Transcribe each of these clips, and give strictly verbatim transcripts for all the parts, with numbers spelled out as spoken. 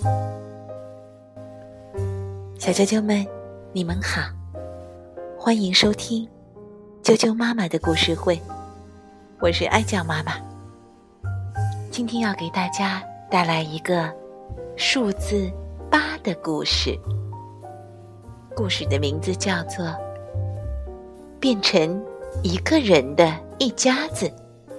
小啾啾们，你们好，欢迎收听啾啾妈妈的故事会，我是爱酱妈妈。今天要给大家带来一个数字八的故事，故事的名字叫做变成一个人的一家子。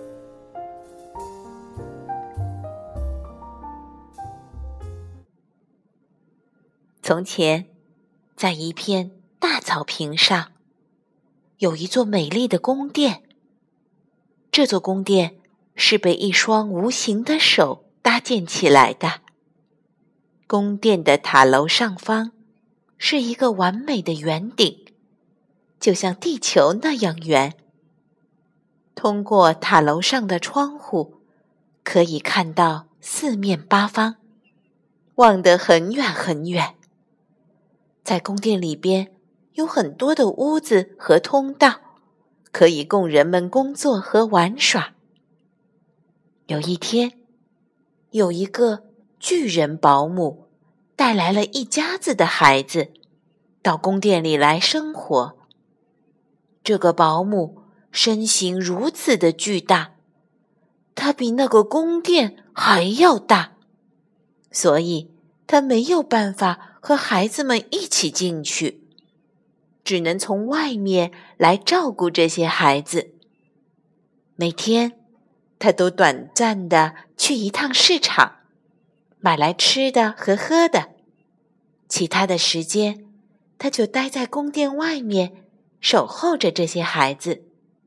从前，在一片大草坪上，有一座美丽的宫殿。这座宫殿是被一双无形的手搭建起来的。宫殿的塔楼上方是一个完美的圆顶，就像地球那样圆。通过塔楼上的窗户，可以看到四面八方，望得很远很远。在宫殿里边有很多的屋子和通道，可以供人们工作和玩耍。有一天，有一个巨人保姆带来了一家子的孩子到宫殿里来生活。这个保姆身形如此的巨大，他比那个宫殿还要大，所以他没有办法和孩子们一起进去，只能从外面来照顾这些孩子。每天，他都短暂地去一趟市场，买来吃的和喝的。其他的时间，他就待在宫殿外面，守候着这些孩子。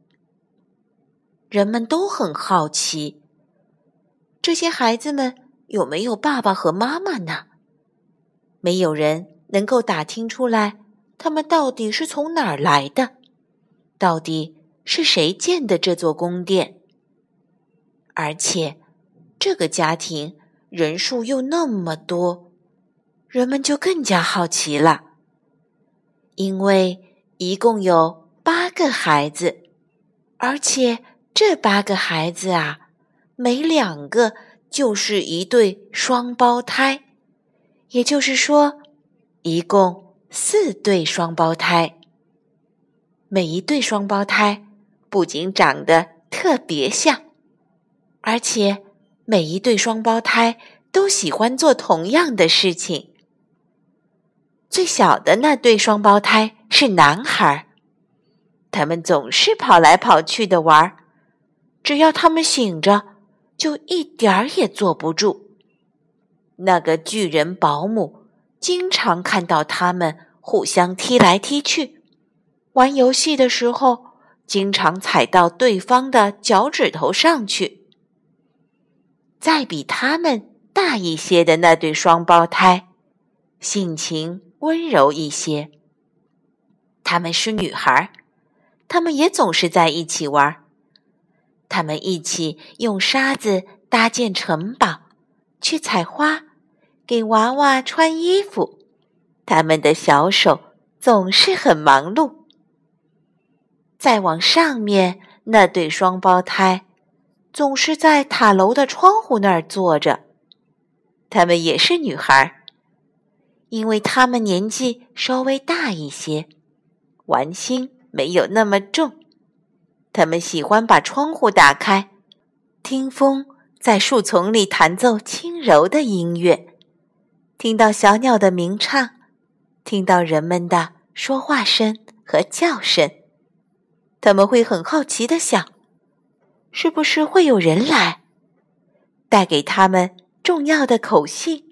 人们都很好奇，这些孩子们有没有爸爸和妈妈呢？没有人能够打听出来，他们到底是从哪儿来的，到底是谁建的这座宫殿。而且，这个家庭人数又那么多，人们就更加好奇了。因为一共有八个孩子，而且这八个孩子啊，每两个就是一对双胞胎。也就是说，一共四对双胞胎。每一对双胞胎不仅长得特别像，而且每一对双胞胎都喜欢做同样的事情。最小的那对双胞胎是男孩，他们总是跑来跑去的玩，只要他们醒着，就一点儿也坐不住。那个巨人保姆经常看到他们互相踢来踢去，玩游戏的时候经常踩到对方的脚趾头上去。再比他们大一些的那对双胞胎，性情温柔一些。他们是女孩，他们也总是在一起玩。他们一起用沙子搭建城堡，去采花，给娃娃穿衣服，他们的小手总是很忙碌。再往上面，那对双胞胎总是在塔楼的窗户那儿坐着，他们也是女孩，因为他们年纪稍微大一些，玩心没有那么重。他们喜欢把窗户打开，听风在树丛里弹奏轻柔的音乐，听到小鸟的鸣唱，听到人们的说话声和叫声。他们会很好奇地想，是不是会有人来，带给他们重要的口信。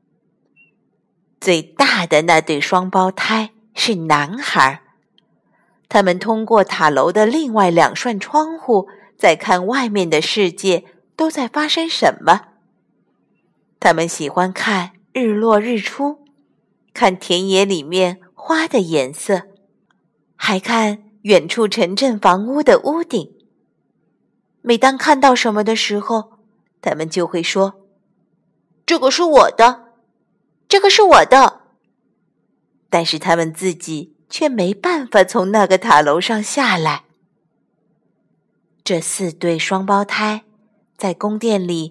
最大的那对双胞胎是男孩，他们通过塔楼的另外两扇窗户，在看外面的世界都在发生什么。他们喜欢看日落日出，看田野里面花的颜色，还看远处城镇房屋的屋顶。每当看到什么的时候，他们就会说，这个是我的，这个是我的。但是他们自己却没办法从那个塔楼上下来。这四对双胞胎在宫殿里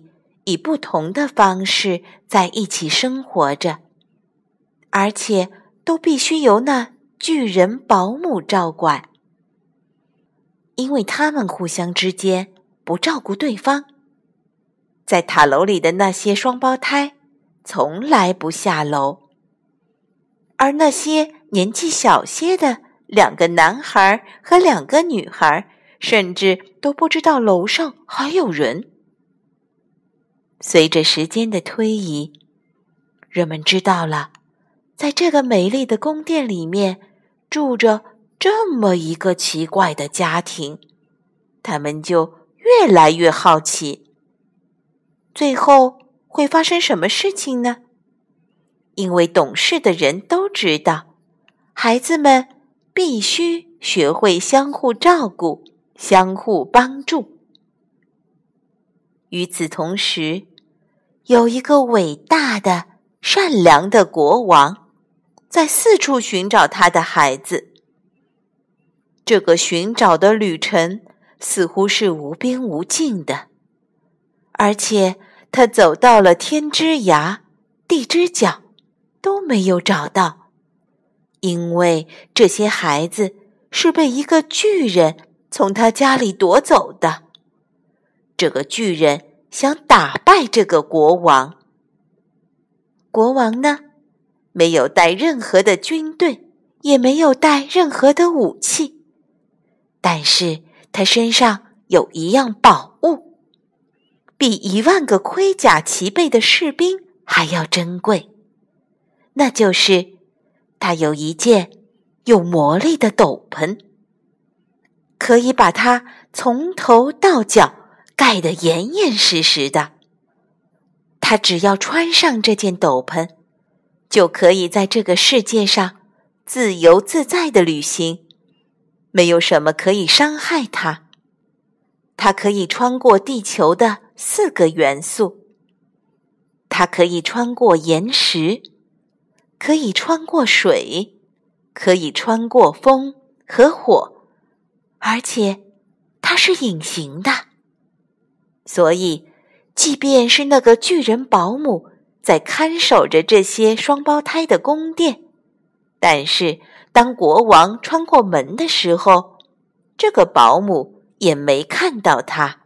以不同的方式在一起生活着，而且都必须由那巨人保姆照管，因为他们互相之间不照顾对方。在塔楼里的那些双胞胎从来不下楼，而那些年纪小些的两个男孩和两个女孩甚至都不知道楼上还有人。随着时间的推移，人们知道了，在这个美丽的宫殿里面住着这么一个奇怪的家庭，他们就越来越好奇。最后会发生什么事情呢？因为懂事的人都知道，孩子们必须学会相互照顾，相互帮助。与此同时，有一个伟大的、善良的国王，在四处寻找他的孩子。这个寻找的旅程似乎是无边无尽的，而且他走到了天之涯、地之角，都没有找到，因为这些孩子是被一个巨人从他家里夺走的。这个巨人想打败这个国王。国王呢，没有带任何的军队，也没有带任何的武器，但是他身上有一样宝物，比一万个盔甲齐备的士兵还要珍贵，那就是他有一件有魔力的斗篷，可以把它从头到脚盖得严严实实的。他只要穿上这件斗篷，就可以在这个世界上自由自在地旅行，没有什么可以伤害他。他可以穿过地球的四个元素，它可以穿过岩石，可以穿过水，可以穿过风和火，而且它是隐形的。所以即便是那个巨人保姆在看守着这些双胞胎的宫殿，但是当国王穿过门的时候，这个保姆也没看到他。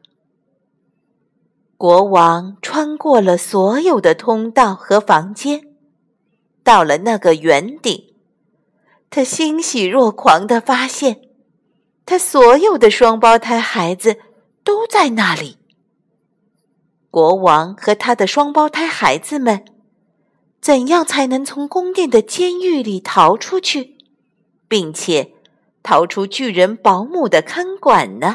国王穿过了所有的通道和房间，到了那个圆顶，他欣喜若狂地发现，他所有的双胞胎孩子都在那里。国王和他的双胞胎孩子们，怎样才能从宫殿的监狱里逃出去，并且逃出巨人保姆的看管呢？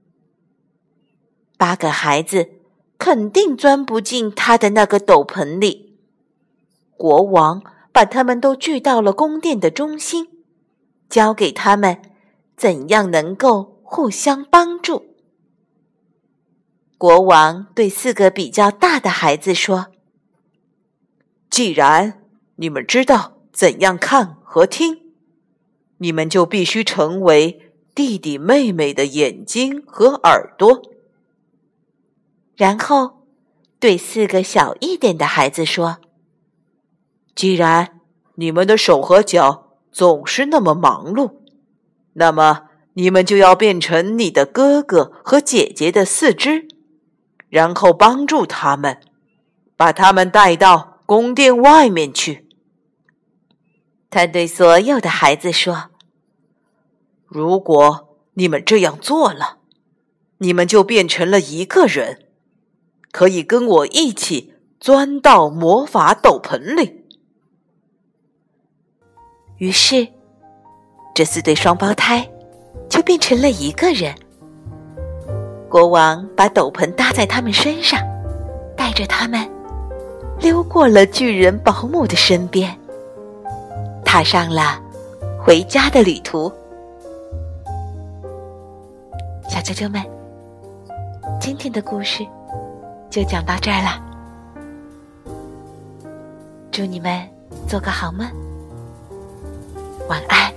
八个孩子肯定钻不进他的那个斗篷里。国王把他们都聚到了宫殿的中心，教给他们怎样能够互相帮助。国王对四个比较大的孩子说：既然你们知道怎样看和听，你们就必须成为弟弟妹妹的眼睛和耳朵。然后对四个小一点的孩子说：既然你们的手和脚总是那么忙碌，那么你们就要变成你的哥哥和姐姐的四肢，然后帮助他们，把他们带到宫殿外面去。他对所有的孩子说：如果你们这样做了，你们就变成了一个人，可以跟我一起钻到魔法斗篷里。于是这四对双胞胎就变成了一个人。国王把斗篷搭在他们身上，带着他们溜过了巨人保姆的身边，踏上了回家的旅途。小啾啾们，今天的故事就讲到这儿了。祝你们做个好梦，晚安。